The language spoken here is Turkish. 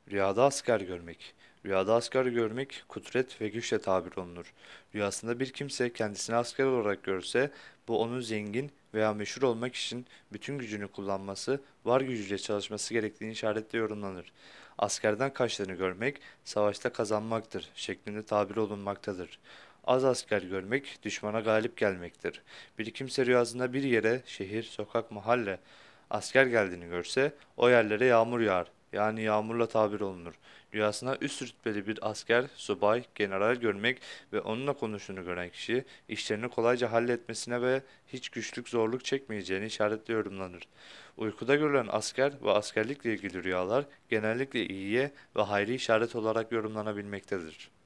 Rüyada asker görmek. Rüyada asker görmek kudret ve güçle tabir olunur. Rüyasında bir kimse kendisini asker olarak görse, bu onun zengin veya meşhur olmak için bütün gücünü kullanması, var gücüyle çalışması gerektiğini işaretle yorumlanır. Askerden kaçtığını görmek, savaşta kazanmaktır şeklinde tabir olunmaktadır. Az asker görmek, düşmana galip gelmektir. Bir kimse rüyasında bir yere, şehir, sokak, mahalle, asker geldiğini görse, o yerlere yağmur yağar. Yani yağmurla tabir olunur. Rüyasına üst rütbeli bir asker, subay, general görmek ve onunla konuştuğunu gören kişi, işlerini kolayca halletmesine ve hiç güçlük zorluk çekmeyeceğini işaretle yorumlanır. Uykuda görülen asker ve askerlikle ilgili rüyalar genellikle iyiye ve hayri işaret olarak yorumlanabilmektedir.